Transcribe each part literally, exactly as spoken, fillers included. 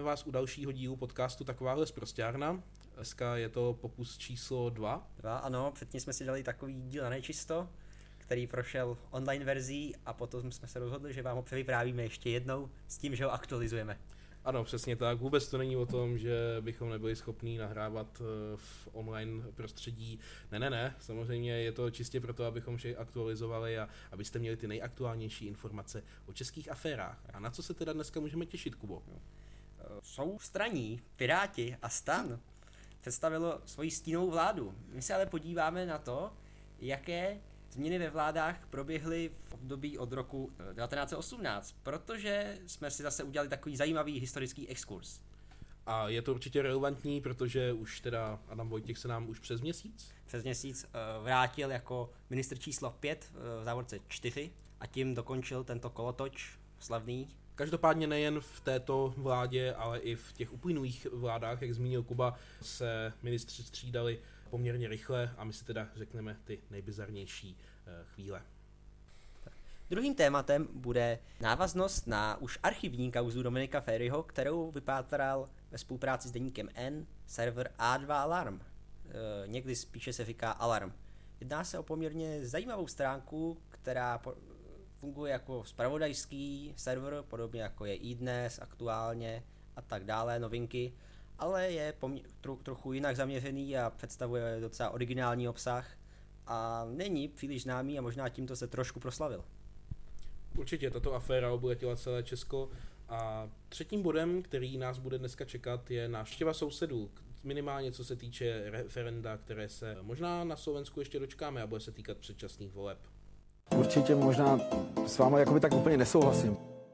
vás u dalšího dílu podcastu Takováhle sprosťárna. Dneska je to pokus číslo dva. Dva, ano, předtím jsme si dali takový díl na nečisto, který prošel online verzí a potom jsme se rozhodli, že vám ho převyprávíme ještě jednou s tím, že ho aktualizujeme. Ano, přesně tak. Vůbec to není o tom, že bychom nebyli schopní nahrávat v online prostředí. Ne, ne, ne. Samozřejmě je to čistě proto, abychom vše aktualizovali a abyste měli ty nejaktuálnější informace o českých aférách. A na co se teda dneska můžeme těšit, Kubo? Soustraní, Piráti a STAN představilo svoji stínovou vládu. My se ale podíváme na to, jaké změny ve vládách proběhly v období od roku devatenáct set osmnáct, protože jsme si zase udělali takový zajímavý historický exkurs. A je to určitě relevantní, protože už teda Adam Vojtěch se nám už přes měsíc? Přes měsíc uh, vrátil jako ministr číslo pět uh, v závorce čtyři a tím dokončil tento kolotoč slavný. Každopádně nejen v této vládě, ale i v těch uplynulých vládách, jak zmínil Kuba, se ministři střídali poměrně rychle a my si teda řekneme ty nejbizarnější chvíle. Druhým tématem bude návaznost na už archivní kauzu Dominika Feriho, kterou vypátral ve spolupráci s deníkem N server A dva Alarm. E, někdy spíše se říká Alarm. Jedná se o poměrně zajímavou stránku, která po- funguje jako zpravodajský server, podobně jako je iDnes, Aktuálně a tak dále, novinky, ale je pomě- tro- trochu jinak zaměřený a představuje docela originální obsah a není příliš známý a možná tímto se trošku proslavil. Určitě tato aféra obohatila celé Česko a třetím bodem, který nás bude dneska čekat, je návštěva sousedů, minimálně co se týče referenda, které se možná na Slovensku ještě dočkáme a bude se týkat předčasných voleb. Určitě možná s vámi jakoby tak úplně nesouhlasím.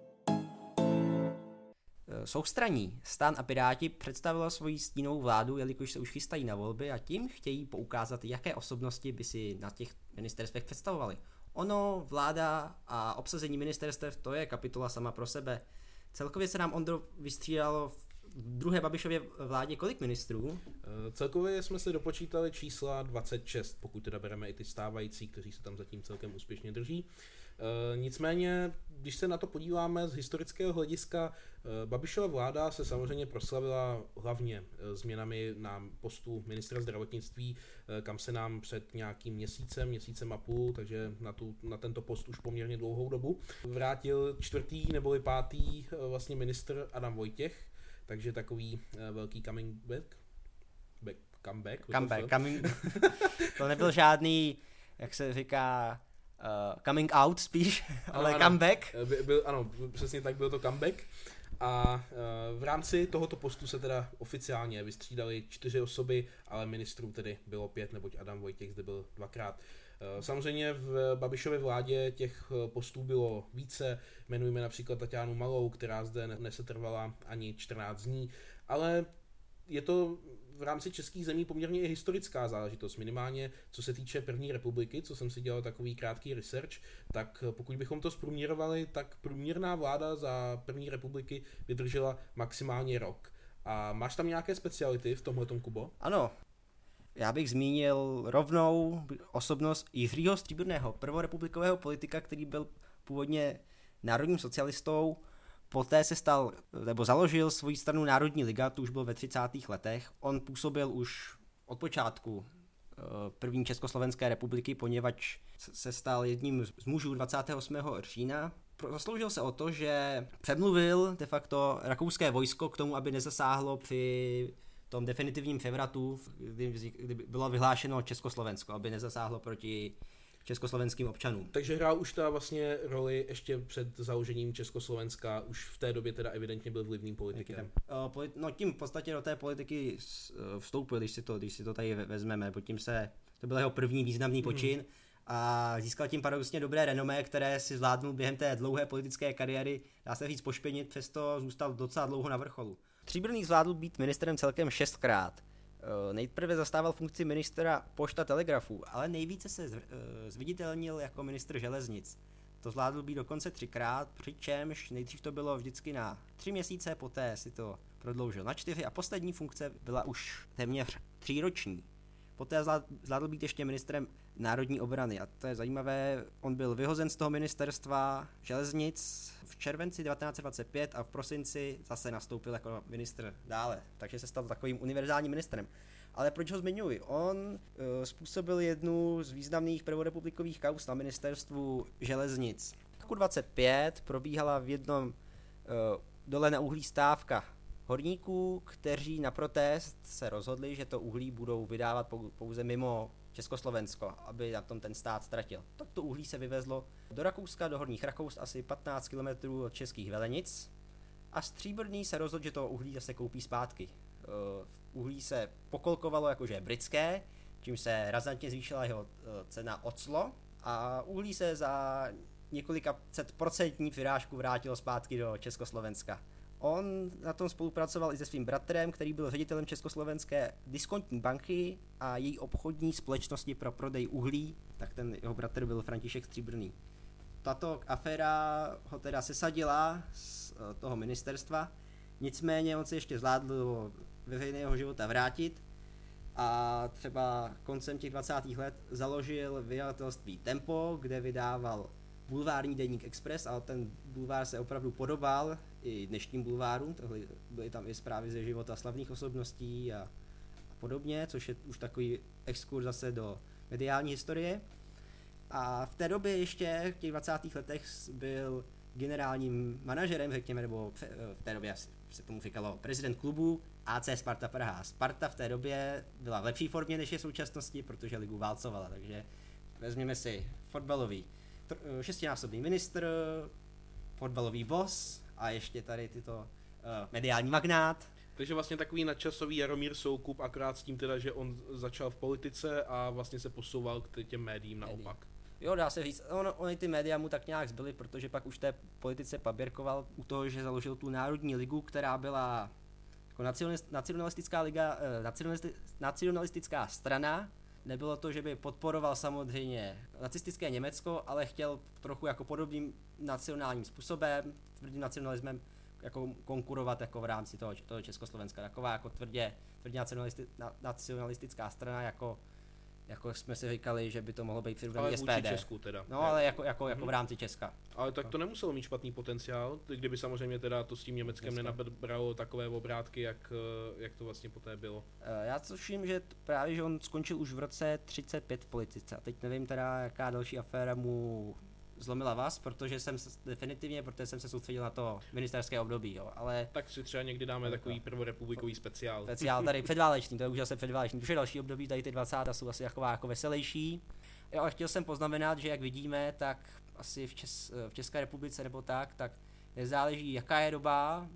Soustraní STAN a Piráti představilo svoji stínovou vládu, jelikož se už chystají na volby a tím chtějí poukázat, jaké osobnosti by si na těch ministerstvech představovali. Ono, vláda a obsazení ministerstev, to je kapitola sama pro sebe. Celkově se nám, Ondro, vystřídalo v druhé Babišově vládě kolik ministrů? Celkově jsme se dopočítali čísla dvacet šest, pokud teda bereme i ty stávající, kteří se tam zatím celkem úspěšně drží. E, nicméně, když se na to podíváme z historického hlediska, e, Babišova vláda se samozřejmě proslavila hlavně e, změnami na postu ministra zdravotnictví, e, kam se nám před nějakým měsícem, měsícem a půl, takže na, tu, na tento post už poměrně dlouhou dobu, vrátil čtvrtý neboli pátý e, vlastně ministr Adam Vojtěch, takže takový e, velký coming back. back comeback. Comeback, coming... To nebyl žádný, jak se říká... Uh, coming out spíš, ale ano, comeback. By, byl, ano, přesně tak, byl to comeback. A uh, v rámci tohoto postu se teda oficiálně vystřídali čtyři osoby, ale ministrů tedy bylo pět, neboť Adam Vojtěch zde byl dvakrát. Uh, samozřejmě v Babišově vládě těch postů bylo více, jmenujeme například Taťánu Malou, která zde nesetrvala ani čtrnáct dní, ale je to v rámci českých zemí poměrně i historická záležitost, minimálně co se týče první republiky, co jsem si dělal takový krátký research, tak pokud bychom to zprůměrovali, tak průměrná vláda za první republiky vydržela maximálně rok. A máš tam nějaké speciality v tomhletom, Kubo? Ano, já bych zmínil rovnou osobnost Jiřího Stříbrného, prvorepublikového politika, který byl původně národním socialistou. Poté se stal, nebo založil svoji stranu Národní liga, to už bylo ve třicátých letech. On působil už od počátku první Československé republiky, poněvadž se stal jedním z mužů dvacátého osmého října. Zasloužil se o to, že přemluvil de facto rakouské vojsko k tomu, aby nezasáhlo při tom definitivním převratu, kdy, kdy bylo vyhlášeno Československo, aby nezasáhlo proti československým občanům. Takže hrál už ta vlastně roli ještě před založením Československa, už v té době teda evidentně byl vlivným politikem. No tím v podstatě do té politiky vstoupil, když si to, když si to tady vezmeme, bo tím se, to byl jeho první významný počin hmm. a získal tím paradoxně dobré renomé, které si zvládnul během té dlouhé politické kariéry, dá se říct, pošpinit, přesto zůstal docela dlouho na vrcholu. Stříbrný zvládl být ministrem celkem šestkrát. Nejprve zastával funkci ministra pošta telegrafů, ale nejvíce se zviditelnil jako ministr železnic. To zvládl být dokonce třikrát, přičemž nejdřív to bylo vždycky na tři měsíce, poté si to prodloužil na čtyři a poslední funkce byla už téměř tříroční. poté zvládl být ještě ministrem národní obrany. A to je zajímavé, on byl vyhozen z toho ministerstva železnic v červenci devatenáct set dvacet pět a v prosinci zase nastoupil jako ministr dále. Takže se stal takovým univerzálním ministrem. Ale proč ho zmiňuji? On uh, způsobil jednu z významných prvorepublikových kauz na ministerstvu železnic. V roku dvacet pět probíhala v jednom uh, dole na uhlí stávka horníků, kteří na protest se rozhodli, že to uhlí budou vydávat pouze mimo Československo, aby na tom ten stát ztratil. Tak to uhlí se vyvezlo do Rakouska, do Horních Rakous, asi patnáct kilometrů od českých Velenic a Stříbrný se rozhodl, že to uhlí zase koupí zpátky. Uhlí se pokolkovalo jakože britské, čím se razantně zvýšila jeho cena oclo a uhlí se za několika set procentní vyrážku vrátilo zpátky do Československa. On na tom spolupracoval i se svým bratrem, který byl ředitelem Československé diskontní banky a její obchodní společnosti pro prodej uhlí, tak ten jeho bratr byl František Stříbrný. Tato aféra ho teda sesadila z toho ministerstva, nicméně on se ještě zvládl do veřejného života vrátit a třeba koncem těch dvacátých let založil vydavatelství Tempo, kde vydával bulvární deník Express, ale ten bulvár se opravdu podobal i dnešním bulvárům, tohle byly tam i zprávy ze života slavných osobností a, a podobně, což je už takový exkurs zase do mediální historie. A v té době ještě, v těch dvacátých letech byl generálním manažerem, řekněme, nebo v té době se tomu říkalo prezident klubu A C Sparta Praha. Sparta v té době byla v lepší formě než je v současnosti, protože ligu válcovala, takže vezměme si fotbalový šestinásobný ministr, fotbalový boss a ještě tady tyto uh, mediální magnát. Takže vlastně takový nadčasový Jaromír Soukup, akorát s tím teda, že on začal v politice a vlastně se posouval k těm médiím naopak. Jo, dá se říct, on, oni ty média mu tak nějak zbyly, protože pak už té politice paběrkoval u toho, že založil tu Národní ligu, která byla jako nacionalistická liga, nacionalisti, nacionalistická strana. Nebylo to, že by podporoval samozřejmě nacistické Německo, ale chtěl trochu jako podobným nacionálním způsobem, tvrdým nacionalismem, jako konkurovat jako v rámci toho, toho Československa. Taková jako tvrdě, tvrdě nacionalisti, na, nacionalistická strana, jako, jako jsme si říkali, že by to mohlo být firmní S P D. Ale vůči Česku teda. No, ale jako, jako, jako v rámci Česka. Ale tak to nemuselo mít špatný potenciál, kdyby samozřejmě teda to s tím Německem nenabralo takové obrátky, jak, jak to vlastně poté bylo. Já tuším, že právě, že on skončil už v roce třicet pět v politice. A teď nevím teda, jaká další aféra mu zlomila vás, protože jsem definitivně, protože jsem se soustředil na to ministerské období, jo, ale... Tak si třeba někdy dáme tak takový prvorepublikový speciál. Speciál tady předválečný, to je už zase předválečný, už je další období, tady ty dvacátá jsou asi taková jako veselější. Jo, a chtěl jsem poznamenat, že jak vidíme, tak asi v, Čes, v České republice nebo tak, tak nezáleží jaká je doba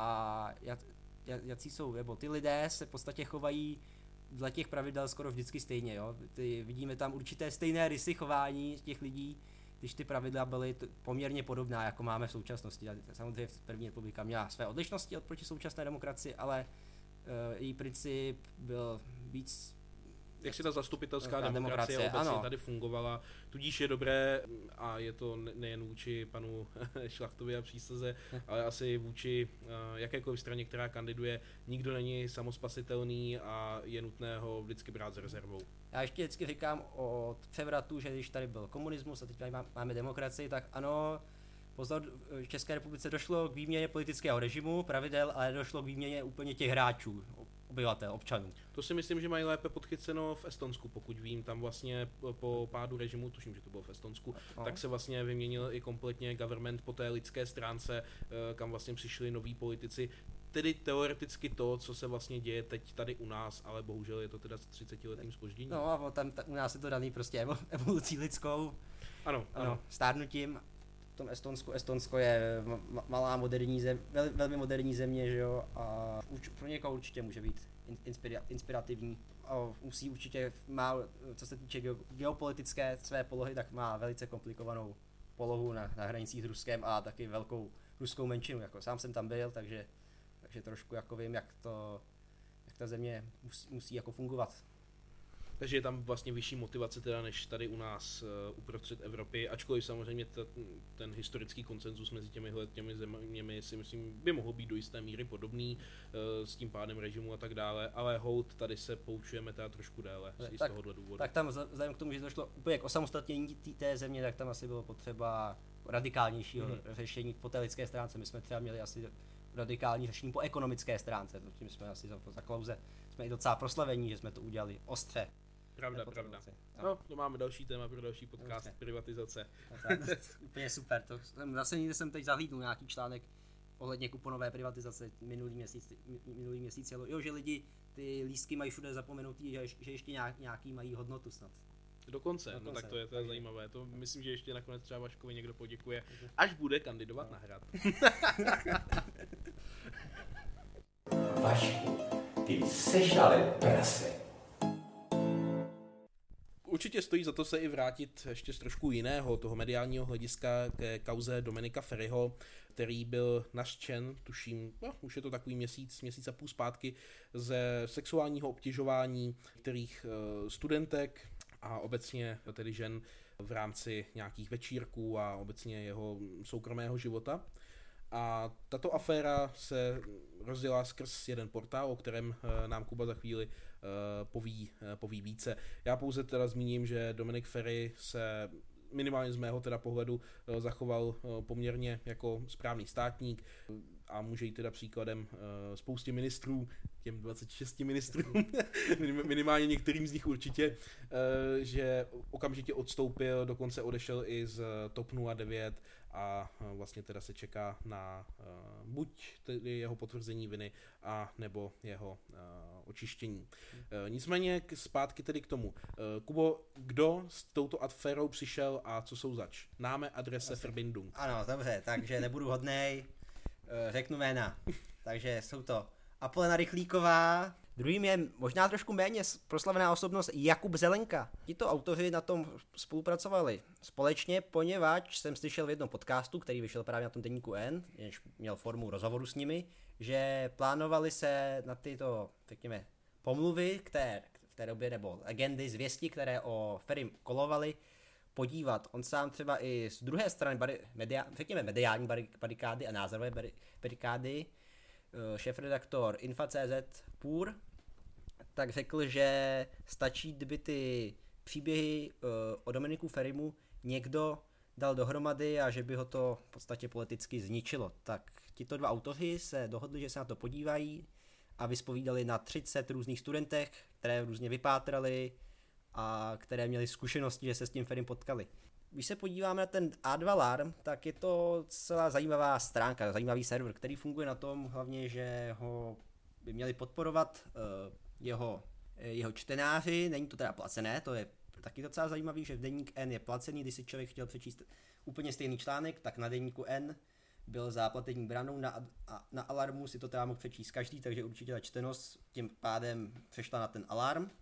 a jak, jaký jsou, nebo ty lidé se v podstatě chovají dle těch pravidel skoro vždycky stejně, jo. Ty, vidíme tam určité stejné rysy chování těch lidí, když ty pravidla byly t- poměrně podobná, jako máme v současnosti. Samozřejmě první republika měla své odlišnosti oproti současné demokracii, ale uh, její princip byl víc... Jak si ta zastupitelská demokracie, demokracie obecně ano. tady fungovala, tudíž je dobré, a je to nejen vůči panu Šlachtovi a přísaze, ale asi vůči uh, jakékoliv straně, která kandiduje, nikdo není samospasitelný a je nutné ho vždycky brát s rezervou. Já ještě vždycky říkám od převratu, že když tady byl komunismus a teď tady máme demokracii, tak ano, pozor, v České republice došlo k výměně politického režimu, pravidel, ale došlo k výměně úplně těch hráčů, obyvatel, občanů. To si myslím, že mají lépe podchyceno v Estonsku, pokud vím, tam vlastně po pádu režimu, tuším, že to bylo v Estonsku, no. tak se vlastně vyměnil i kompletně government po té lidské stránce, kam vlastně přišli noví politici. Tedy teoreticky to, co se vlastně děje teď tady u nás, ale bohužel je to teda s třicetiletým zpožděním. No a tam ta, u nás je to daný prostě evolucí lidskou. Ano, ano. ano stárnutím. V tom Estonsku, Estonsko je ma- malá moderní země, vel, velmi moderní země, že jo, a uč, pro někoho určitě může být inspira- inspirativní. A musí určitě, má, co se týče geopolitické své polohy, tak má velice komplikovanou polohu na, na hranicích s Ruskem a taky velkou ruskou menšinu, jako sám jsem tam byl, takže takže trošku jako vím, jak to, jak ta země musí, musí jako fungovat. Takže je tam vlastně vyšší motivace teda než tady u nás uh, uprostřed Evropy, ačkoliv samozřejmě ta, ten historický konsenzus mezi těmi těmi zeměmi si myslím by mohl být do jisté míry podobný uh, s tím pádem režimu a tak dále, ale hold tady se poučujeme teda trošku déle z, z tohohle důvodu. Tak tam vzhledem k tomu, že to šlo úplně k osamostatnění té země, tak tam asi bylo potřeba radikálnějšího hmm. řešení po té lidské stránce. My jsme třeba měli asi radikální řešení po ekonomické stránce, tím jsme asi za, za Klause jsme i docela proslavení, že jsme to udělali ostře. Pravda, pravda. No, to máme další téma pro další podcast, okay. Privatizace. Úplně super, to jsem, zase někde jsem teď zahlídnul nějaký článek ohledně kuponové privatizace minulý měsíc, minulý měsíc, jo, že lidi ty lístky mají všude zapomenutý, že, že ještě nějak, nějaký mají hodnotu snad. Dokonce, Dokonce, no tak to je, to je zajímavé, to myslím, že ještě nakonec třeba Vaškovi někdo poděkuje, až bude kandidovat no. na hrad. Vašku, ty seš ale prase. Určitě stojí za to se i vrátit ještě z trošku jiného, toho mediálního hlediska ke kauze Dominika Feriho, který byl nařčen, tuším, no, už je to takový měsíc, měsíc a půl zpátky, ze sexuálního obtěžování některých uh, studentek a obecně tedy žen v rámci nějakých večírků a obecně jeho soukromého života. A tato aféra se rozdělá skrz jeden portál, o kterém nám Kuba za chvíli poví, poví více. Já pouze teda zmíním, že Dominik Feri se minimálně z mého teda pohledu zachoval poměrně jako správný státník a může jít teda příkladem spoustě ministrů, těm dvaceti šesti ministrům, minimálně některým z nich určitě, že okamžitě odstoupil, dokonce odešel i z TOP nula devět a vlastně teda se čeká na buď tedy jeho potvrzení viny a nebo jeho očištění. Nicméně zpátky tedy k tomu. Kubo, kdo s touto aférou přišel a co jsou zač? Náme, adrese, Verbindung. Ano, dobře, takže nebudu hodnej, řeknu jména. Takže jsou to Apolena Rychlíková, druhým je možná trošku méně proslavená osobnost Jakub Zelenka. Tito autoři na tom spolupracovali společně, poněvadž jsem slyšel v jednom podcastu, který vyšel právě na tom deníku N, jenž měl formu rozhovoru s nimi, že plánovali se na tyto, řekněme, pomluvy, které v té době, nebo legendy, zvěsti, které o Ferim kolovaly, podívat. On sám třeba i z druhé strany, bari, media, řekněme, mediální barikády a názorové barikády, šéfredaktor Infa tečka cé zet Půr, tak řekl, že stačí, kdyby ty příběhy o Dominiku Ferimu někdo dal dohromady a že by ho to v podstatě politicky zničilo. Tak tito dva autoři se dohodli, že se na to podívají a vyspovídali na třicet různých studentech, které různě vypátrali a které měly zkušenosti, že se s tím Ferim potkali. Když se podíváme na ten A dva Alarm, tak je to celá zajímavá stránka, zajímavý server, který funguje na tom hlavně, že ho by měli podporovat uh, jeho, jeho čtenáři, není to teda placené, to je taky docela zajímavý, že v deník N je placený, když si člověk chtěl přečíst úplně stejný článek, tak na deníku N byl za platební branou, na, na Alarmu si to teda mohl přečíst každý, takže určitě ta čtenost tím pádem přešla na ten Alarm uh,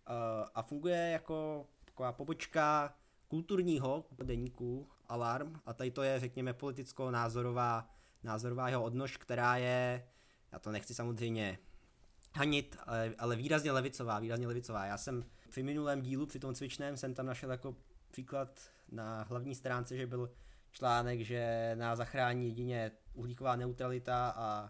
a funguje jako taková pobočka kulturního deníku Alarm a tady to je, řekněme, politicko-názorová názorová jeho odnož, která je, já to nechci samozřejmě hanit, ale, ale výrazně levicová, výrazně levicová. Já jsem při minulém dílu, při tom cvičném, jsem tam našel jako příklad na hlavní stránce, že byl článek, že nás zachrání jedině uhlíková neutralita a,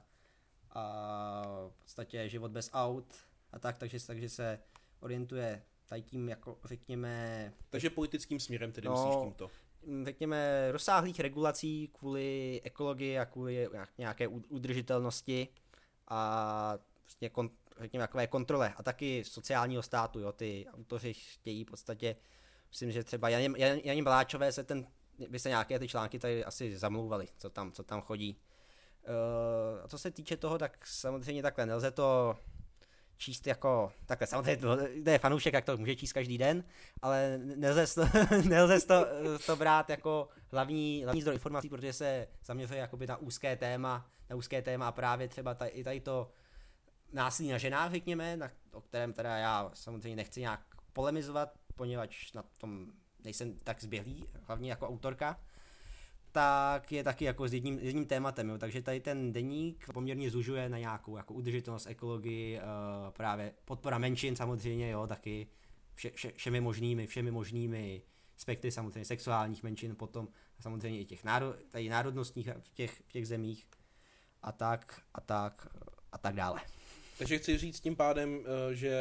a v podstatě život bez aut a tak, takže, takže se orientuje tady tím, jako řekněme... Takže politickým směrem tedy no, myslíš tímto? Řekněme rozsáhlých regulací kvůli ekologii a kvůli nějaké udržitelnosti a vlastně kon, řekněme takové kontrole a taky sociálního státu, jo, ty autoři chtějí v podstatě, myslím, že třeba Janě, Jan, Janě Bláčové se ten, by se nějaké ty články tady asi zamlouvali, co tam, co tam chodí. Uh, a co se týče toho, tak samozřejmě takhle nelze to číst jako, takhle samozřejmě to je fanoušek, jak to může číst každý den, ale nelze to, nelze to, to brát jako hlavní, hlavní zdroj informací, protože se zaměřuje jakoby na úzké téma, na úzké téma a právě třeba tady, i tady to násilí na ženách, řekněme, na, o kterém teda já samozřejmě nechci nějak polemizovat, poněvadž na tom nejsem tak zběhlý, hlavně jako autorka, tak je taky jako s jedním, jedním tématem, jo. Takže tady ten deník poměrně zužuje na nějakou jako udržitelnost, ekologii, uh, právě podpora menšin samozřejmě, jo, taky vše, vše, všemi možnými, všemi možnými spektry samozřejmě sexuálních menšin, potom samozřejmě i těch náro, tady národnostních v těch, v těch zemích a tak a tak a tak dále. Takže chci říct tím pádem, že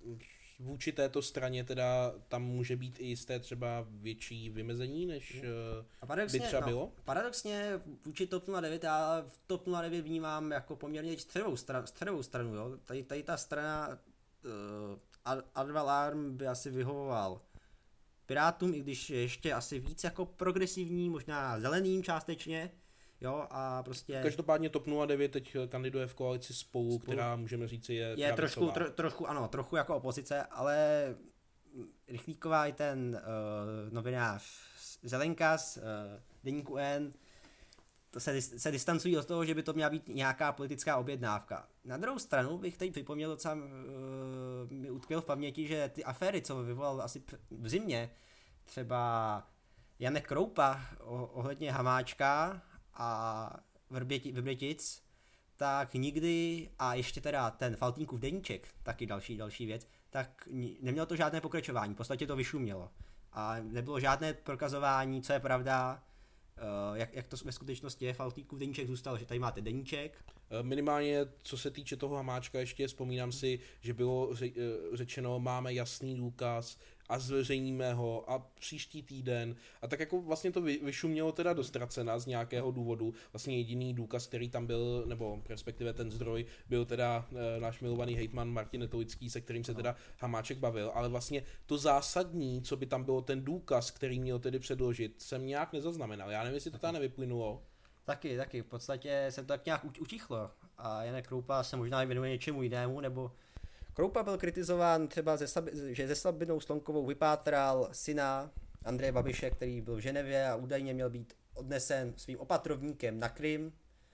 vůči této straně teda tam může být i jisté třeba větší vymezení, než by třeba bylo? No, paradoxně vůči TOP nula devět, já v TOP nula devět vnímám jako poměrně středovou, stran, středovou stranu. Jo? Tady, tady ta strana uh, Advalarm by asi vyhovoval Pirátům, i když ještě asi víc jako progresivní, možná zeleným částečně. Jo, a prostě... Každopádně TOP nula devět teď kandiduje v koalici Spolu, Spolu. která můžeme říct je Je trošku, tro, trochu, ano, trochu jako opozice, ale Rychlíková i ten uh, novinář Zelenka z uh, Deníku N to se, se distancují od toho, že by to měla být nějaká politická objednávka. Na druhou stranu bych teď připomněl, docela uh, mi utkvěl v paměti, že ty aféry, co vyvolal asi v zimě, třeba Janek Kroupa ohledně Hamáčka a Vrběti, Vrbětic, tak nikdy, a ještě teda ten Faltýnkův deníček, taky další, další věc, tak nemělo to žádné pokračování, v podstatě to vyšumělo. A nebylo žádné prokazování, co je pravda, jak, jak to ve skutečnosti je. Faltýnkův deníček zůstal, že tady máte deníček. Minimálně, co se týče toho Hamáčka, ještě vzpomínám si, že bylo řečeno, máme jasný důkaz a zveřejníme ho a příští týden. A tak jako vlastně to vyšumělo teda do ztracena z nějakého důvodu. Vlastně jediný důkaz, který tam byl, nebo respektive ten zdroj, byl teda e, náš milovaný hejtman Martin Netolický, se kterým se teda Hamáček bavil. Ale vlastně to zásadní, co by tam bylo ten důkaz, který měl tedy předložit, jsem nějak nezaznamenal. Já nevím, jestli to tam nevyplynulo. Taky, taky. V podstatě se to tak nějak utichlo. A Janek Kroupa se možná věnuje něčemu jinému, nebo Kroupa byl kritizován třeba, ze Sabi, že se Sabinou Slonkovou vypátral syna Andreje Babiše, který byl v Ženevě a údajně měl být odnesen svým opatrovníkem na Krym.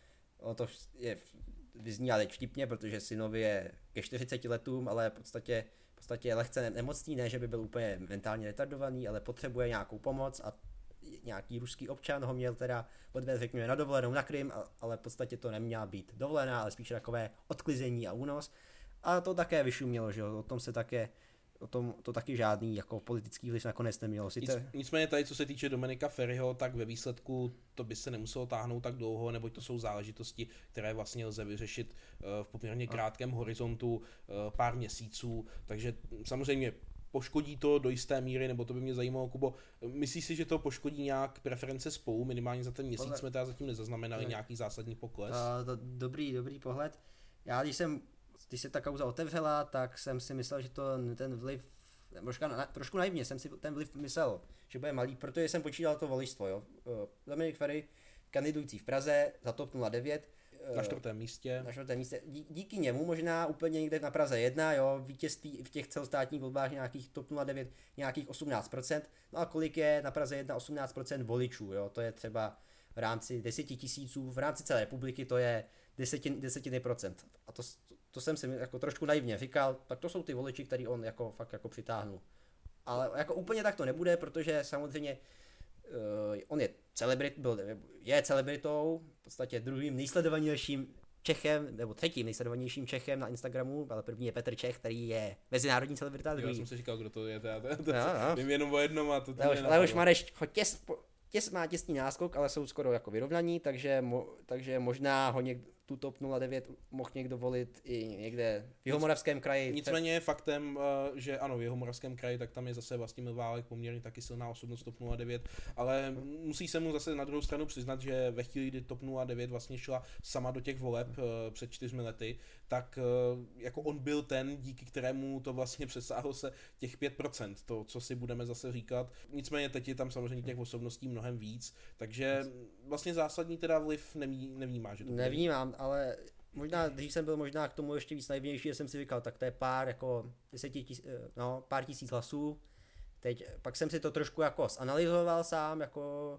O to je, vyzní ale vtipně, protože synovi je ke čtyřiceti letům, ale v podstatě, v podstatě je lehce nemocný, ne, že by byl úplně mentálně retardovaný, ale potřebuje nějakou pomoc a nějaký ruský občan ho měl teda odvést, řekněme, na dovolenou na Krym, ale v podstatě to neměla být dovolená, ale spíš takové odklizení a únos. A to také vyšumělo, že jo, o tom se také, o tom to taky žádný jako politický vliv nakonec nemělo. Sice... Nicméně tady, co se týče Dominika Feriho, tak ve výsledku to by se nemuselo táhnout tak dlouho, neboť to jsou záležitosti, které vlastně lze vyřešit v poměrně krátkém horizontu pár měsíců, takže samozřejmě poškodí to do jisté míry, nebo to by mě zajímalo, Kubo, myslíš si, že to poškodí nějak preference Spolu, minimálně za ten měsíc Podle... jsme teda zatím nezaznamenali ne. nějaký zásadní pokles? Uh, to, dobrý, dobrý pohled. Já když jsem Když se ta kauza otevřela, tak jsem si myslel, že to ten vliv, možná na, trošku naivně jsem si ten vliv myslel, že bude malý, protože jsem počítal to voličstvo, jo. Dominik Feri, kandidující v Praze za TOP nula devět. Na čtvrtém místě. Na čtvrtém místě. Dí, díky němu možná úplně někde na Praze jedna, jo, vítězství v těch celostátních volbách nějakých TOP nula devět, nějakých osmnáct procent. No a kolik je na Praze jedna osmnáct procent voličů, jo, to je třeba v rámci deseti tisíců, v rámci celé republiky to je desetiny, desetiny procent. A to, to jsem si jako trošku naivně říkal, tak to jsou ty voliči, který on jako fakt jako přitáhnul. Ale jako úplně tak to nebude, protože samozřejmě uh, on je celebrit, byl, je celebritou, v podstatě druhým nejsledovanějším Čechem, nebo třetím nejsledovanějším Čechem na Instagramu, ale první je Petr Čech, který je mezinárodní celebrita. Já jsem si říkal, kdo to je, vím jenom o jednom a to to Leoš, Leoš Mareš, těs, těs má těsný náskok, ale jsou skoro jako vyrovnaní, takže, mo, takže možná ho někdo tu TOP nula devět mohl někdo volit i někde v Jihomoravském kraji. Nicméně je faktem, že ano, v Jihomoravském kraji, tak tam je zase Vlastimil Válek poměrně taky silná osobnost TOP nula devět, ale musí se mu zase na druhou stranu přiznat, že ve chvíli, kdy TOP nula devět vlastně šla sama do těch voleb před čtyřmi lety, tak jako on byl ten, díky kterému to vlastně přesáhlo se těch pět procent, to, co si budeme zase říkat. Nicméně teď je tam samozřejmě těch osobností mnohem víc, takže vlastně zásadní teda vliv neví, nevnímá, že to Nevnímám, ale možná, když jsem byl možná k tomu ještě víc naivnější, že jsem si říkal, tak to je pár jako deseti tis, no, pár tisíc hlasů. Teď, pak jsem si to trošku jako zanalyzoval sám, jako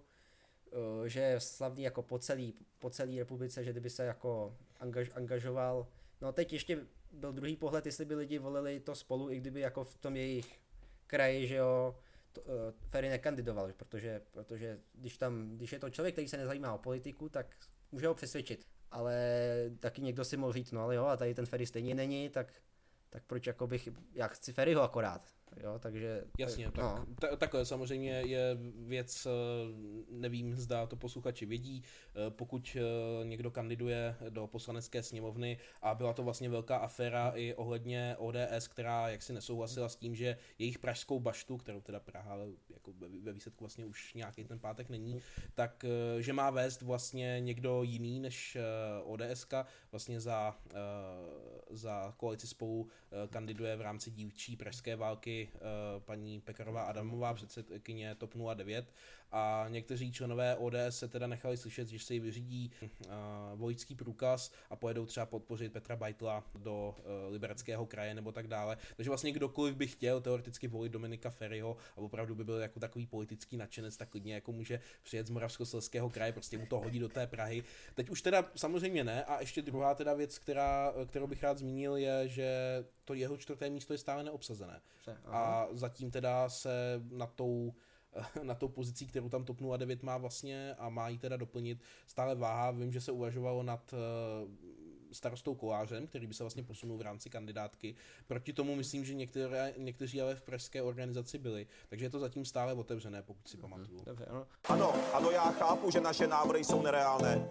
že slavný jako po celý, po celý republice, že kdyby se jako angaž, angažoval. No teď ještě byl druhý pohled, jestli by lidi volili to Spolu, i kdyby jako v tom jejich kraji, že jo, to, uh, Feri nekandidoval, protože, protože když tam, když je to člověk, který se nezajímá o politiku, tak může ho přesvědčit. Ale taky někdo si mohl říct, no ale jo, a tady ten Feri stejně není, tak tak proč jako bych, já chci Feriho akorát, jo, takže... Jasně, tak, no. ta, takhle samozřejmě je věc, nevím, zda to posluchači vědí, pokud někdo kandiduje do poslanecké sněmovny a byla to vlastně velká aféra i ohledně O D S, která jaksi nesouhlasila s tím, že jejich pražskou baštu, kterou teda Praha jako ve výsledku vlastně už nějaký ten pátek není, tak že má vést vlastně někdo jiný než ODSka, vlastně za, za koalici Spolu kandiduje v rámci dívčí pražské války paní Pekarová Adamová, předsedkyně TOP nula devět, a někteří členové O D S se teda nechali slyšet, že se jí vyřídí uh, voličský průkaz a pojedou třeba podpořit Petra Beitla do uh, Libereckého kraje nebo tak dále. Takže vlastně kdokoliv by chtěl teoreticky volit Dominika Feriho a opravdu by byl jako takový politický nadšenec, tak klidně jako může přijet z Moravskoslezského kraje, prostě mu to hodí do té Prahy. Teď už teda samozřejmě ne, a ještě druhá teda věc, která, kterou bych rád zmínil, je, že to jeho čtvrté místo je stále neobsazené. A zatím teda se na tou na tou pozicí, kterou tam TOP nula devět má vlastně a má ji teda doplnit, stále váhá. Vím, že se uvažovalo nad starostou Kolářem, který by se vlastně posunul v rámci kandidátky. Proti tomu myslím, že některé, někteří ale v pražské organizaci byli, takže je to zatím stále otevřené, pokud si pamatuju. Dobře, ano. Ano, ano, já chápu, že naše návrhy jsou nereálné.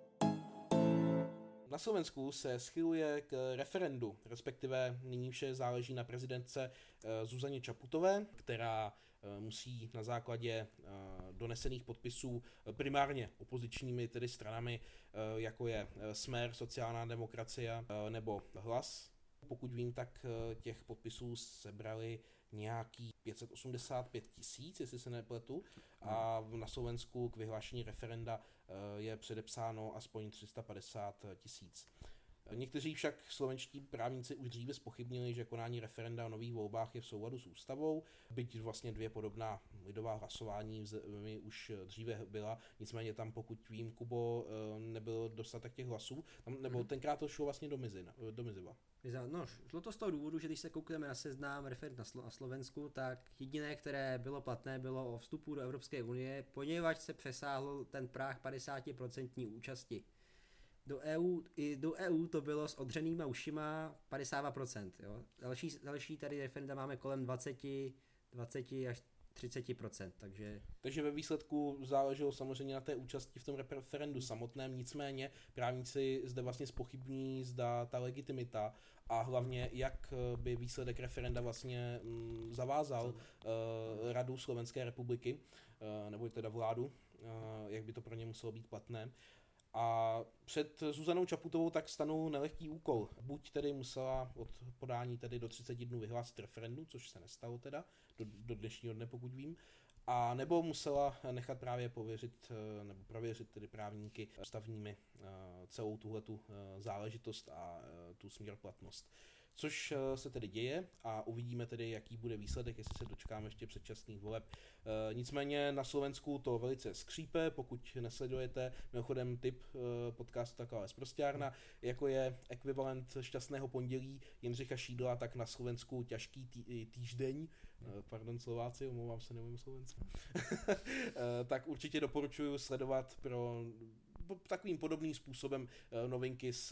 Na Slovensku se schyluje k referendu, respektive nyní vše záleží na prezidentce Zuzaně Čaputové, která musí na základě donesených podpisů primárně opozičními tedy stranami, jako je Smer, sociální demokracie nebo Hlas. Pokud vím, tak těch podpisů sebrali nějaký pět set osmdesát pět tisíc, jestli se nepletu, a na Slovensku k vyhlášení referenda je předepsáno aspoň tři sta padesát tisíc. Někteří však slovenští právníci už dříve zpochybnili, že konání referenda o nových volbách je v souladu s ústavou, byť vlastně dvě podobná lidová hlasování v zemi už dříve byla, nicméně tam, pokud vím, Kubo, nebyl dostatek těch hlasů, tam, nebo tenkrát to šlo vlastně do, Mizina, do Miziva. No, šlo to z toho důvodu, že když se koukneme na seznam referend na, Slo- na Slovensku, tak jediné, které bylo platné, bylo o vstupu do Evropské unie, poněvadž se přesáhl ten práh padesát procent účasti. Do E U, i do E U to bylo s odřenýma ušima padesát dva procent. Jo. Další, další tady referenda máme kolem dvacet, dvacet až třicet procent, takže... Takže ve výsledku záleželo samozřejmě na té účasti v tom referendu samotném, nicméně právníci zde vlastně zpochybní, zda ta legitimita a hlavně jak by výsledek referenda vlastně mm, zavázal uh, Radu Slovenské republiky, uh, nebo teda vládu, uh, jak by to pro ně muselo být platné. A před Zuzanou Čaputovou tak stanul nelehký úkol. Buď tedy musela od podání tedy do třiceti dnů vyhlásit referendum, což se nestalo teda, do, do dnešního dne, pokud vím, a nebo musela nechat právě pověřit, nebo prověřit tedy právníky stavními celou tuhletu záležitost a tu směrplatnost. Což se tedy děje a uvidíme tedy, jaký bude výsledek, jestli se dočkáme ještě předčasných voleb. E, nicméně na Slovensku to velice skřípe, pokud nesledujete, mimochodem tip e, podcastu Taková sprosťárna, jako je ekvivalent šťastného pondělí Jindřicha Šídla, tak na Slovensku těžký tý, týždeň, e, pardon Slováci, omlouvám se, nevím slovensky, e, tak určitě doporučuji sledovat pro takovým podobným způsobem novinky z,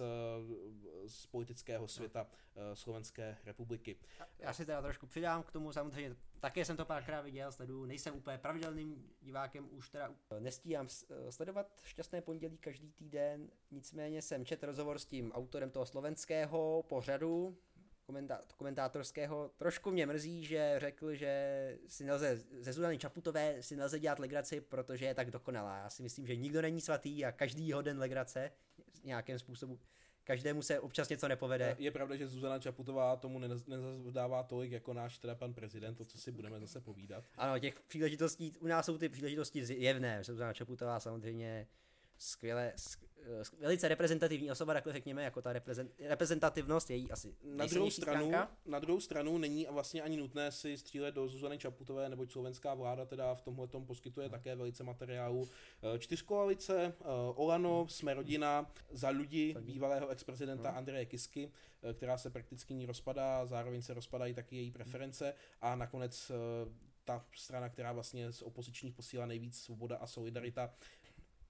z politického světa Slovenské republiky. Já si teda trošku přidám k tomu, samozřejmě také jsem to párkrát viděl, sleduju, nejsem úplně pravidelným divákem, už teda nestíhám sledovat Šťastné pondělí každý týden, nicméně jsem četl rozhovor s tím autorem toho slovenského pořadu, komentátorského. Trošku mě mrzí, že řekl, že si nelze, ze Zuzany Čaputové si nelze dělat legraci, protože je tak dokonalá. Já si myslím, že nikdo není svatý a každý hoden legrace nějakým způsobu. Každému se občas něco nepovede. Je pravda, že Zuzana Čaputová tomu nezadává tolik jako náš teda pan prezident, to, co si budeme zase povídat. Ano, těch příležitostí, u nás jsou ty příležitosti zjevné. Zuzana Čaputová samozřejmě skvěle, skvěle, velice reprezentativní osoba, takhle řekněme, jako ta reprezent, reprezentativnost její asi na druhou stranu, na druhou stranu není vlastně ani nutné si střílet do Zuzany Čaputové, neboť slovenská vláda teda v tomhletom poskytuje no. také velice materiálu. Čtyřkoalice, Olano, Jsme rodina, Za lidi bývalého ex-prezidenta no. Andreje Kisky, která se prakticky ní rozpadá, zároveň se rozpadají taky její preference a nakonec ta strana, která vlastně z opozičních posílá nejvíc, Svoboda a Solidarita,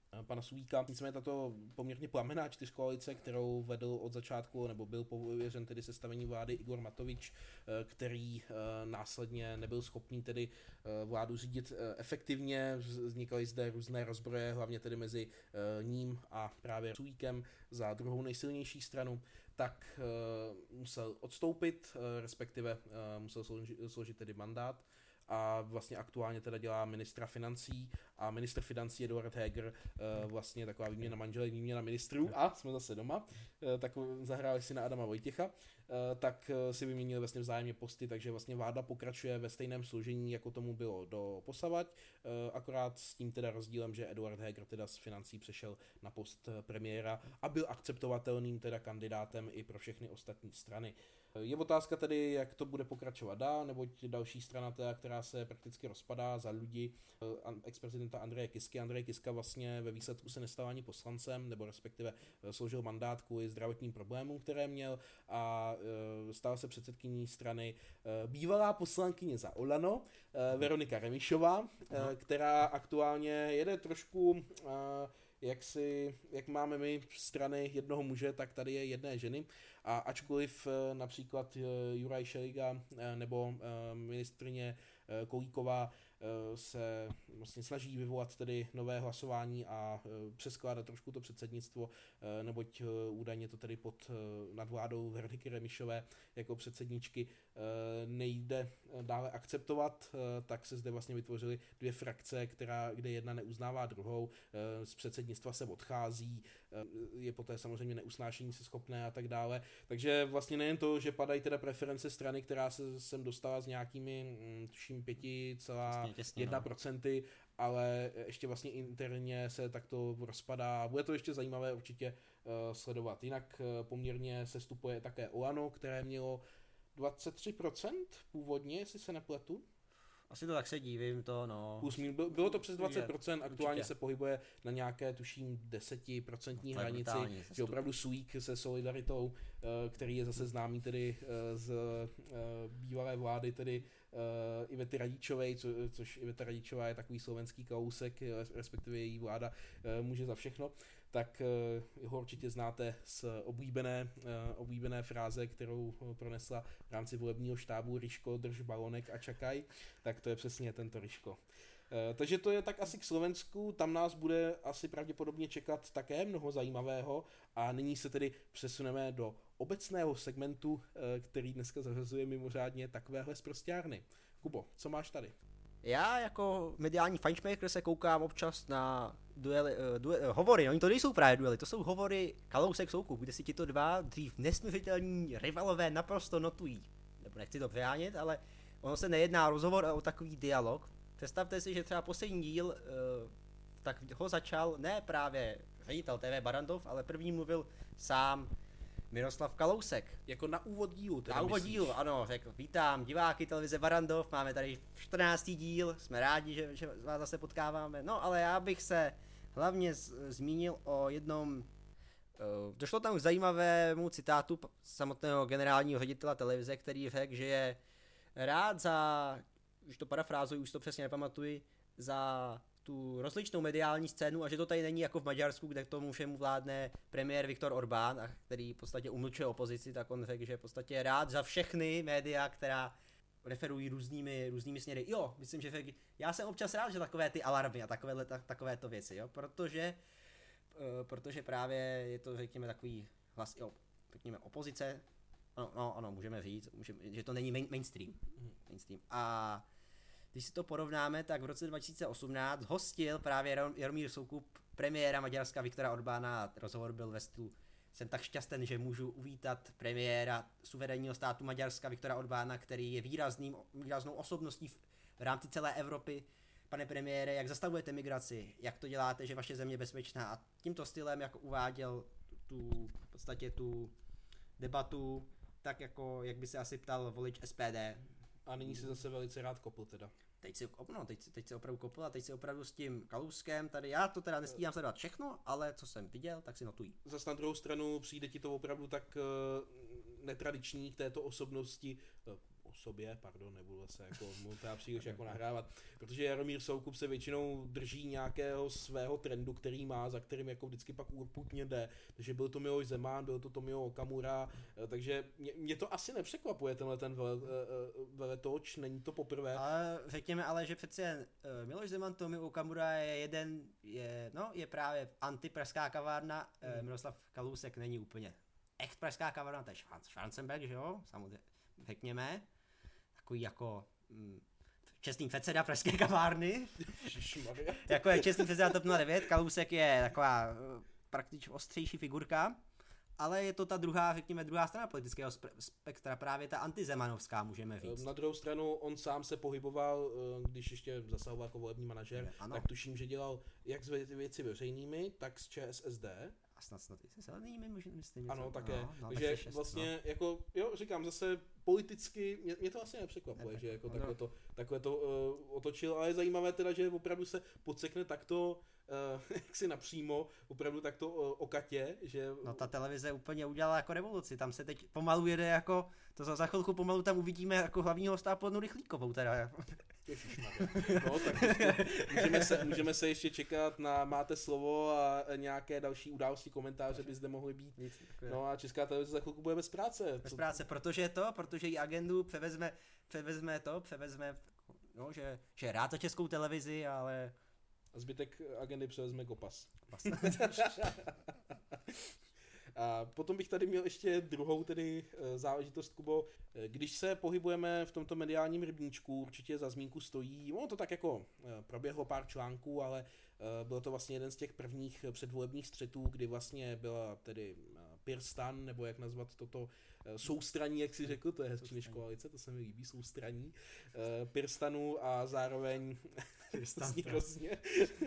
pana Sulíka. Nicméně tato poměrně plamená čtyřkoalice, kterou vedl od začátku, nebo byl pověřen tedy sestavení vlády Igor Matovič, který následně nebyl schopný tedy vládu řídit efektivně. Vznikaly zde různé rozbroje, hlavně tedy mezi ním a právě Sulíkem za druhou nejsilnější stranu, tak musel odstoupit, respektive musel složit, složit tedy mandát. A vlastně aktuálně teda dělá ministra financí a ministr financí Eduard Heger, vlastně taková výměna manželek, výměna ministrů a jsme zase doma, tak zahráli si na Adama Vojtěcha, tak si vyměnili vlastně vzájemně posty, takže vlastně vláda pokračuje ve stejném složení, jako tomu bylo do posavať, akorát s tím teda rozdílem, že Eduard Heger teda z financí přešel na post premiéra a byl akceptovatelným teda kandidátem i pro všechny ostatní strany. Je otázka tedy, jak to bude pokračovat dál, neboť další strana, teda, která se prakticky rozpadá za lidi ex-prezidenta Andreje Kisky. Andrej Kiska vlastně ve výsledku se nestal ani poslancem, nebo respektive složil mandát kvůli zdravotním problémům, které měl a stala se předsedkyní strany bývalá poslankyně za Olano, Veronika Remišová, která aktuálně jede trošku jak si, jak máme my strany jednoho muže, tak tady je jedné ženy a ačkoliv například Juraj Šeliga nebo ministryně Kolíková se vlastně snaží vyvolat tedy nové hlasování a přeskládat trošku to předsednictvo, neboť údajně to tedy pod nadvládou Veroniky Remišové jako předsedničky nejde dále akceptovat, tak se zde vlastně vytvořily dvě frakce, která, kde jedna neuznává druhou, z předsednictva se odchází, je poté samozřejmě neusnášení se schopné a tak dále. Takže vlastně nejen to, že padají teda preference strany, která se sem dostala s nějakými tuším pěti celá jedna procenta, ale ještě vlastně interně se takto rozpadá. Bude to ještě zajímavé určitě uh, sledovat. Jinak uh, poměrně sestupuje také Olano, které mělo dvacet tři procent původně, jestli se nepletu. Asi to tak se dívím, to no. Plus, bylo to přes dvacet procent, aktuálně určitě se pohybuje na nějaké, tuším, desetiprocentní hranici, že opravdu Sulík se Solidaritou, který je zase známý tedy z bývalé vlády, tedy Ivety Radičové, co, což Iveta Radičová je takový slovenský Kalousek, respektive její vláda může za všechno, tak ho určitě znáte z oblíbené, oblíbené fráze, kterou pronesla v rámci volebního štábu Ryško, drž balonek a čakaj, tak to je přesně tento Ryško. Takže to je tak asi k Slovensku, tam nás bude asi pravděpodobně čekat také mnoho zajímavého a nyní se tedy přesuneme do obecného segmentu, který dneska zařazuje mimořádně takovéhle sprosťárny. Kubo, co máš tady? Já jako mediální fajnšmejker se koukám občas na duely, duely, hovory, no oni to nejsou právě duely, to jsou hovory Kalousek Soukup, kde si tito dva dřív nesměřitelní rivalové naprosto notují. Nebo nechci to přehánět, ale ono se nejedná o rozhovor, ale o takový dialog. Představte si, že třeba poslední díl, tak ho začal ne právě ředitel T V Barrandov, ale první mluvil sám Miroslav Kalousek. Jako na úvod dílu, teda Na úvod myslíš? dílu, ano, řekl, vítám diváky televize Barrandov, máme tady čtrnáctý díl, jsme rádi, že, že vás zase potkáváme, no ale já bych se hlavně z, zmínil o jednom, uh, došlo tam k zajímavému citátu samotného generálního ředitele televize, který řekl, že je rád za, už to parafrázuji, už to přesně nepamatuji, za tu rozličnou mediální scénu a že to tady není jako v Maďarsku, kde k tomu všemu vládne premiér Viktor Orbán, a který v podstatě umlčuje opozici, tak on řekl, že je v podstatě rád za všechny média, která referují různými, různými směry. Jo, myslím, že řekl, já jsem občas rád, že takové ty alarmy a takové, tak, takovéto věci, jo, protože, uh, protože právě je to, řekněme, takový hlas, jo, řekněme, opozice, ano, no, ano, můžeme říct, můžeme, že to není main, mainstream, mainstream. A když si to porovnáme, tak v roce dva tisíce osmnáct hostil právě Jaromír Soukup premiéra Maďarska Viktora Orbána a rozhovor byl ve stylu: jsem tak šťastný, že můžu uvítat premiéra suverénního státu Maďarska Viktora Orbána, který je výrazným, výraznou osobností v, v rámci celé Evropy. Pane premiére, jak zastavujete migraci, jak to děláte, že vaše země je bezpečná, a tímto stylem jako uváděl tu, v podstatě tu debatu, tak jako, jak by se asi ptal volič S P D. A nyní si zase velice rád kopl teda. Teď si, no, teď, teď si opravdu kopl a teď si opravdu s tím Kalouskem tady, já to teda nestíhám sledovat všechno, ale co jsem viděl, tak si notují. Zas na druhou stranu přijde ti to opravdu tak uh, netradiční k této osobnosti, uh, o sobě, pardon, nebudu se jako mu teda příliš jako nahrávat, protože Jaromír Soukup se většinou drží nějakého svého trendu, který má, za kterým jako vždycky pak urputně jde, takže byl to Miloš Zeman, byl to Tomio Okamura, takže mě, mě to asi nepřekvapuje tenhle ten vele, veletoč, není to poprvé. Ale řekněme ale, že přece Miloš Zeman, Tomio Okamura je jeden, je, no, je právě antipražská kavárna, hmm. Miroslav Kalousek není úplně echt pražská kavárna, to je Schwarzenberg, že jo, samozřejmě, řekněme, takový jako mm, čestný předseda pražské kavárny, jako je čestný předseda TOP nula devět, Kalousek je taková prakticky ostřejší figurka, ale je to ta druhá, řekněme, druhá strana politického spektra, právě ta antizemanovská, můžeme říct. Na druhou stranu on sám se pohyboval, když ještě zasahoval jako volební manažer, ano. Tak tuším, že dělal jak s věci veřejnými, tak s ČSSD. A snad snad i se zelenými, myslím něco. Ano, také. No, no, takže tak vlastně, no. jako, jo, říkám zase politicky, mě, mě to vlastně nepřekvapuje, ne, že jako no. takhle to, takhle to uh, otočil, ale je zajímavé teda, že opravdu se podsekne takto, uh, jaksi napřímo, opravdu takto uh, okatě, že... No ta televize úplně udělala jako revoluci, tam se teď pomalu jede jako, to za, za chvilku pomalu tam uvidíme jako hlavního hosta Plnu Rychlíkovou teda. No, tak můžeme se, můžeme se ještě čekat na Máte slovo a nějaké další události, komentáře by zde mohly být. No a Česká televize za chvilku bude bez práce. Bez práce, protože to, protože i agendu převezme, převezme to, převezme, no, že, že je rád za Českou televizi, ale... A zbytek agendy převezme Kopas. A potom bych tady měl ještě druhou tedy záležitost, Kubo. Když se pohybujeme v tomto mediálním rybníčku, určitě za zmínku stojí, ono to tak jako proběhlo pár článků, ale byl to vlastně jeden z těch prvních předvolebních střetů, kdy vlastně byla tedy PirStan, nebo jak nazvat toto soustraní, jak si řekl, to je hezčí než koalice, to se mi líbí, soustraní PirStanu a zároveň hrozně,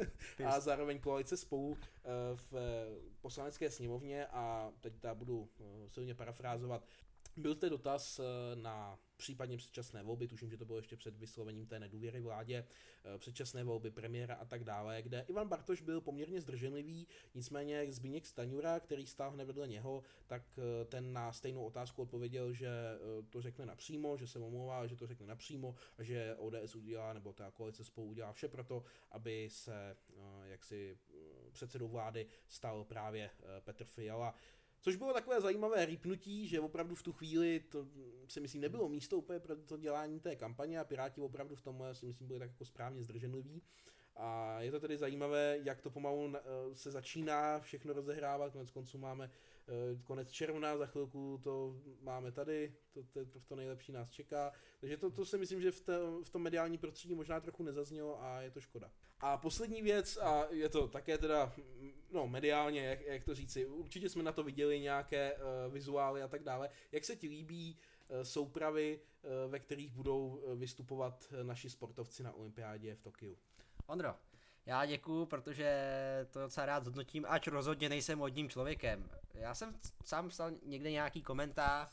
a zároveň koalice Spolu v poslanecké sněmovně a teď já budu silně parafrázovat. Byl to dotaz na případně předčasné volby, tuším, že to bylo ještě před vyslovením té nedůvěry vládě, předčasné volby premiéra a tak dále, kde Ivan Bartoš byl poměrně zdrženlivý, nicméně Zbyněk Stanjura, který stál hned vedle něho, tak ten na stejnou otázku odpověděl, že to řekne napřímo, že se omlouvá, že to řekne napřímo a že O D S udělá, nebo ta koalice Spolu udělá vše proto, aby se jaksi předsedou vlády stal právě Petr Fiala. Což bylo takové zajímavé rýpnutí, že opravdu v tu chvíli to si myslím nebylo místo úplně pro to dělání té kampaně a Piráti opravdu v tomhle si myslím byli tak jako správně zdrženliví. A je to tedy zajímavé, jak to pomalu se začíná všechno rozehrávat, konec konců máme konec června, za chvilku to máme tady, to, to, to nejlepší nás čeká, takže to, to si myslím, že v, te, v tom mediálním prostředí možná trochu nezaznělo a je to škoda. A poslední věc, a je to také teda, no mediálně, jak, jak to říci, určitě jsme na to viděli nějaké uh, vizuály a tak dále, jak se ti líbí uh, soupravy, uh, ve kterých budou vystupovat naši sportovci na olympiádě v Tokiu? Ondro, já děkuju, protože to docela rád zhodnotím, ač rozhodně nejsem modním člověkem. Já jsem sám psal někde nějaký komentář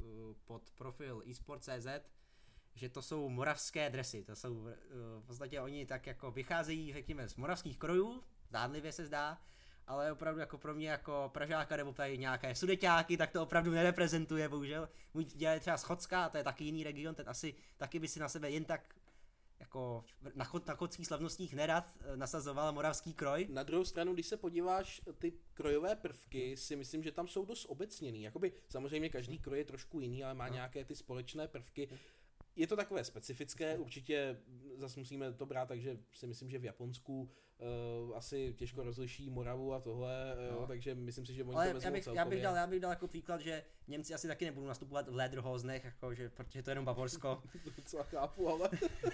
pod profil esport tečka cé zet, že to jsou moravské dresy, to jsou v podstatě oni tak jako vycházejí, řekněme, z moravských krojů, zdánlivě se zdá, ale opravdu jako pro mě jako Pražáka nebo tady nějaké sudeťáky, tak to opravdu nereprezentuje, bohužel. Můj dělá třeba Schodská, to je taky jiný region, ten asi taky by si na sebe jen tak jako na, chod, na chodských slavnostních nerad nasazoval moravský kroj. Na druhou stranu, když se podíváš, ty krojové prvky, si myslím, že tam jsou dost obecněný. Jakoby samozřejmě každý kroj je trošku jiný, ale má no. nějaké ty společné prvky. Je to takové specifické, určitě zase musíme to brát, takže si myslím, že v Japonsku uh, asi těžko rozliší Moravu a tohle, no. jo, takže myslím si, že oni ale to vezmou já bych, celkově. já bych, dal, já bych dal jako příklad, že Němci asi taky nebudou nastupovat v Lederhosenech, jako, že, protože to je jenom Bavorsko. To docela chápu, ale...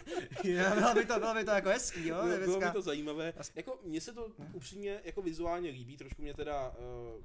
jo, bylo, by to, bylo by to jako hezký, jo? Bylo, bylo by to zajímavé. Jako, mně se to upřímně jako vizuálně líbí, trošku mě teda... Uh,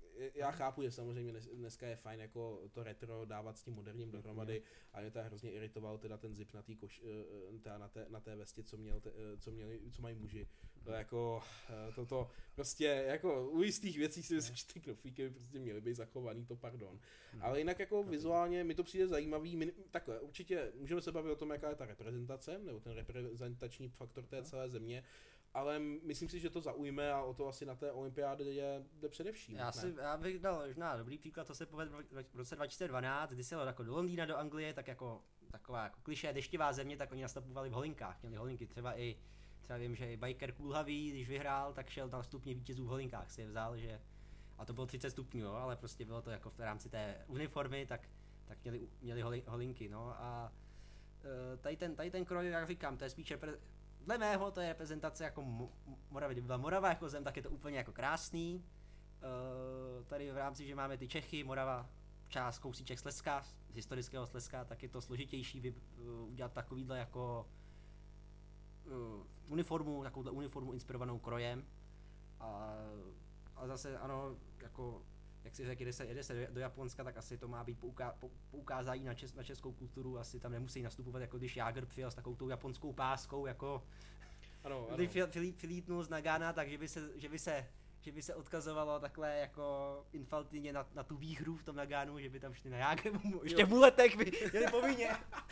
já chápu, že samozřejmě dneska je fajn jako to retro dávat s tím moderním dohromady, ale mě to hrozně iritoval teda ten zip na té koš, teda na té, na té vestě, co měl, te, co měli, co mají muži. To jako, toto prostě jako u jistých věcí si myslím, že ty knoflíky prostě měly být zachovaný, to pardon. Ale jinak jako vizuálně mi to přijde zajímavý, takhle určitě můžeme se bavit o tom, jaká je ta reprezentace, nebo ten reprezentační faktor té celé země, ale myslím si, že to zaujme a o to asi na té olympiádě jde, jde především. Já, si, já bych dal možná dobrý příklad, to se povedl v roce dva tisíce dvanáct, kdy se jelo jako do Londýna, do Anglie, tak jako taková jako klišé deštivá země, tak oni nastupovali v holinkách, měli holinky, třeba i, třeba vím, že i biker Kulhavý, když vyhrál, tak šel na stupně vítězů v holinkách, si je vzal, že, a to bylo třicet stupňů, jo, ale prostě bylo to jako v rámci té uniformy, tak, tak měli, měli holi, holinky, no a tady ten, tady ten kroj, jak říkám, to je spíš repre- dle mého to je reprezentace jako Mo- Moravy, kdyby byla Morava jako zem, tak je to úplně jako krásný. Uh, tady v rámci, že máme ty Čechy, Morava, část kousíček Slezska, z historického Slezska, tak je to složitější vy, uh, udělat takovýhle jako uh, uniformu, takovouhle uniformu inspirovanou krojem. A, a zase ano, jako jak si řekl, jede se, jede se do Japonska, tak asi to má být pouká, pou, poukázání na, čes, na českou kulturu, asi tam nemusí nastupovat, jako když Jágr přijel s takovou tou japonskou páskou, jako ano, ano. když filítnul z Nagana, tak že by se, že by se, že by se odkazovalo takhle jako infaltině na, na tu výhru v tom Naganu, že by tam šli na Jágr, ještě v muletech by měli povinně.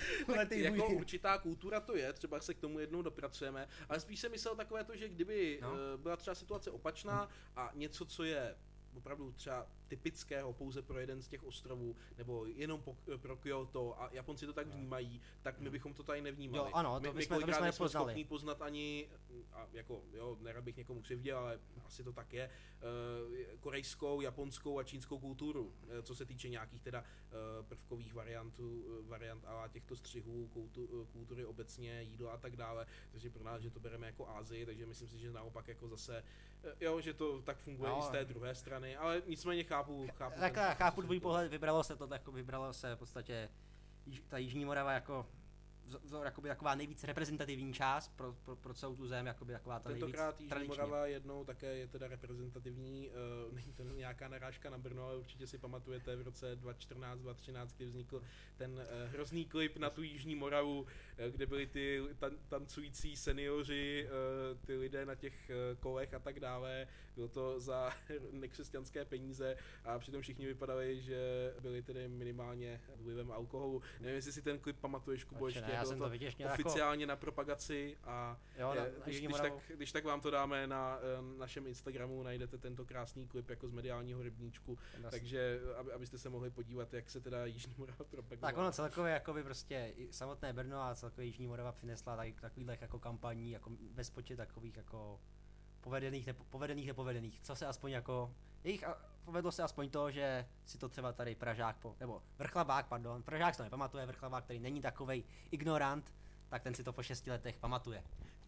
Jako určitá kultura to je, třeba se k tomu jednou dopracujeme, ale spíš jsem myslel takové to, že kdyby no. byla třeba situace opačná a něco, co je opravdu třeba typického pouze pro jeden z těch ostrovů, nebo jenom po, pro Kyoto a Japonci to tak vnímají, tak my bychom to tady nevnímali. Jo, ano, to my, bychom, my to bychom nejsme schopní poznat ani, a jako, jo, nerad bych někomu křivděl, ale asi to tak je, uh, korejskou, japonskou a čínskou kulturu, uh, co se týče nějakých teda uh, prvkových variantů, uh, variant a těchto střihů, kultu, uh, kultury obecně, jídla a tak dále, takže pro nás, že to bereme jako Asii, takže myslím si, že naopak jako zase, uh, jo, že to tak funguje no, i z té druhé strany, ale nicméně chápu, chápu. Tak já chápu tvůj pohled, vybralo se to, jako vybralo se v podstatě ta Jižní Morava jako jakoby taková nejvíc reprezentativní část pro, pro, pro celou tu zem, jakoby taková ta nejvíc tentokrát Jižní tradiční. Morava jednou také je teda reprezentativní, uh, není to nějaká narážka na Brno, ale určitě si pamatujete v roce dva tisíce čtrnáct dva tisíce třináct, kdy vznikl ten uh, hrozný klip na tu Jižní Moravu, uh, kde byli ty tan- tancující seniori, uh, ty lidé na těch uh, kolech a tak dále, bylo to za nekřesťanské peníze a přitom všichni vypadali, že byli tedy minimálně vlivem alkoholu. Nevím, jestli si ten klip pamatuješ, Kubo, ještě. Já jsem to, to viděl oficiálně jako na propagaci a jo, je, na, když, když, tak, když tak vám to dáme na uh, našem Instagramu, najdete tento krásný klip jako z mediálního rybníčku, Jasný. takže aby, abyste se mohli podívat, jak se teda Jižní Morava propagovala. Tak ono celkově jakoby prostě i samotné Brno a celkově Jižní Morava přinesla tak, takových jako kampaní, jako bezpočet takových jako povedených, nepo, povedených, nepovedených, co se aspoň jako, jejich povedlo se aspoň to, že si to třeba tady Pražák, po, nebo Vrchlabák, pardon, Pražák si to nepamatuje, Vrchlabák, který není takovej ignorant, tak ten si to po šesti letech pamatuje.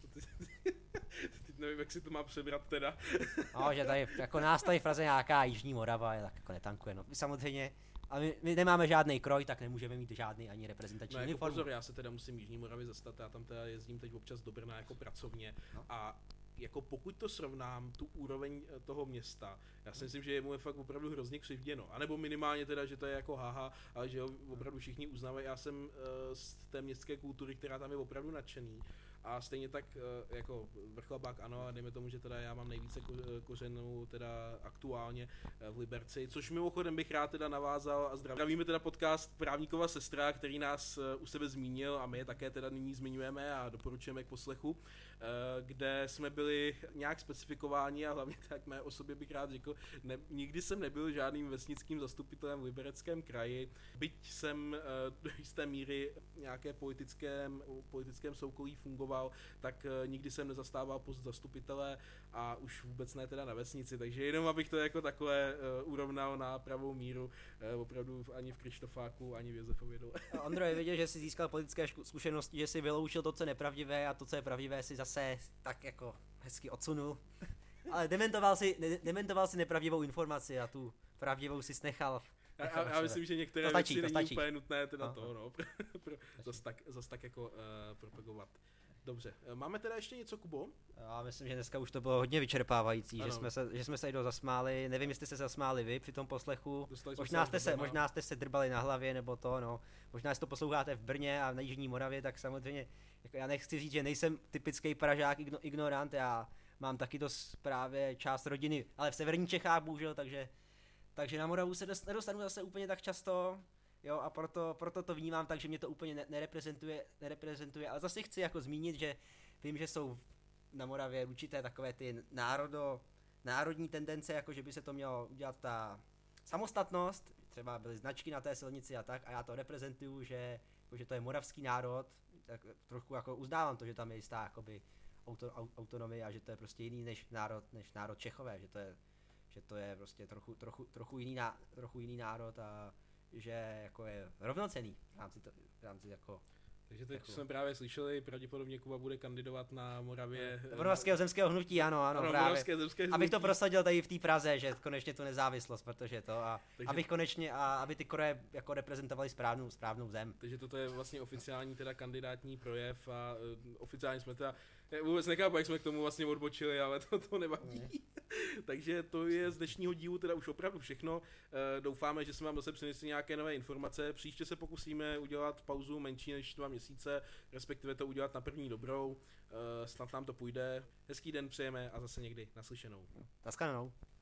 Teď nevím, jak si to má přebrat teda. No, že tady jako nás tady v Praze nějaká Jižní Morava je tak jako netankuje, no samozřejmě. A my, my nemáme žádný kroj, tak nemůžeme mít žádný ani reprezentační no, jako uniformu. Pozor, já se teda musím Jižní Moravy zastat, já tam teda jezdím teď občas do Brna jako pracovně no. a jako pokud to srovnám, tu úroveň toho města, já si myslím, že je mu je fakt opravdu hrozně křivděno. A nebo minimálně teda, že to je jako haha, ale že ho opravdu všichni uznávají. Já jsem uh, z té městské kultury, která tam je opravdu nadšený. A stejně tak uh, jako Vrchlabák ano, a dejme tomu, že teda já mám nejvíce ko- kořenou teda aktuálně uh, v Liberci, což mimochodem bych rád teda navázal a zdravíme teda podcast Právníkova sestra, který nás uh, u sebe zmínil a my je také teda nyní zmiňujeme a doporučujeme k poslechu, uh, kde jsme byli nějak specifikováni a hlavně tak mé osobě bych rád řekl, ne, nikdy jsem nebyl žádným vesnickým zastupitelem v Libereckém kraji, byť jsem uh, do jisté míry nějaké politickém, politickém soukolí fungoval, tak uh, nikdy jsem nezastával post zastupitele a už vůbec ne teda na vesnici, takže jenom abych to jako takhle uh, urovnal na pravou míru, uh, opravdu ani v Krištofáku, ani v Josefově dole. Ondro, je vidět, že jsi získal politické zkušenosti, že jsi vyloučil to, co je nepravdivé a to, co je pravdivé, si zase tak jako hezky odsunul. Ale dementoval si, ne, dementoval si nepravdivou informaci a tu pravdivou si nechal. Já, já myslím, že některé to stačí, věci to není stačí. úplně nutné teda no. to, no, pro, pro, zas, tak, zas tak jako uh, propagovat. Dobře, máme teda ještě něco, Kubo? Já myslím, že dneska už to bylo hodně vyčerpávající, že jsme, se, že jsme se jednou zasmáli, nevím, jestli jste se zasmáli vy při tom poslechu, možná jste, se, možná jste se drbali na hlavě nebo to, no, možná jestli to posloucháte v Brně a na Jižní Moravě, tak samozřejmě, jako já nechci říct, že nejsem typický Pražák igno, ignorant, já mám taky to právě část rodiny, ale v severních Čechách bohužel, takže, takže na Moravu se dost, nedostanu zase úplně tak často. Jo, a proto, proto to vnímám tak, že mě to úplně nereprezentuje, nereprezentuje, ale zase chci jako zmínit, že vím, že jsou na Moravě určité takové ty národo, národní tendence, jako že by se to mělo udělat ta samostatnost, třeba byly značky na té silnici a tak, a já to reprezentuju, že že to je moravský národ, tak trochu jako uznávám to, že tam je jistá jakoby auto, au, autonomie a že to je prostě jiný než národ, než národ Čechové, že to je, že to je prostě trochu, trochu, trochu, jiný, ná, trochu jiný národ a že jako je rovnocenný v rámci, to, v rámci jako... Takže teď jako... jsme právě slyšeli, pravděpodobně Kuba bude kandidovat na Moravě. Moravského zemského hnutí, ano, ano, ano, právě. zemské hnutí. Abych to prosadil tady v té Praze, že konečně tu nezávislost, protože to a takže... abych konečně, a aby ty Koreje jako reprezentovali správnou, správnou zem. Takže toto je vlastně oficiální teda kandidátní projev a uh, oficiálně jsme teda, vůbec nechápu, jak jsme k tomu vlastně odbočili, ale to, to nevadí. Takže to je z dnešního dílu teda už opravdu všechno. Uh, doufáme, že jsme vám zase přinesli nějaké nové informace. Příště se pokusíme udělat pauzu menší než dva měsíce, respektive to udělat na první dobrou. Uh, snad nám to půjde. Hezký den přejeme a zase někdy naslyšenou. Naschledanou.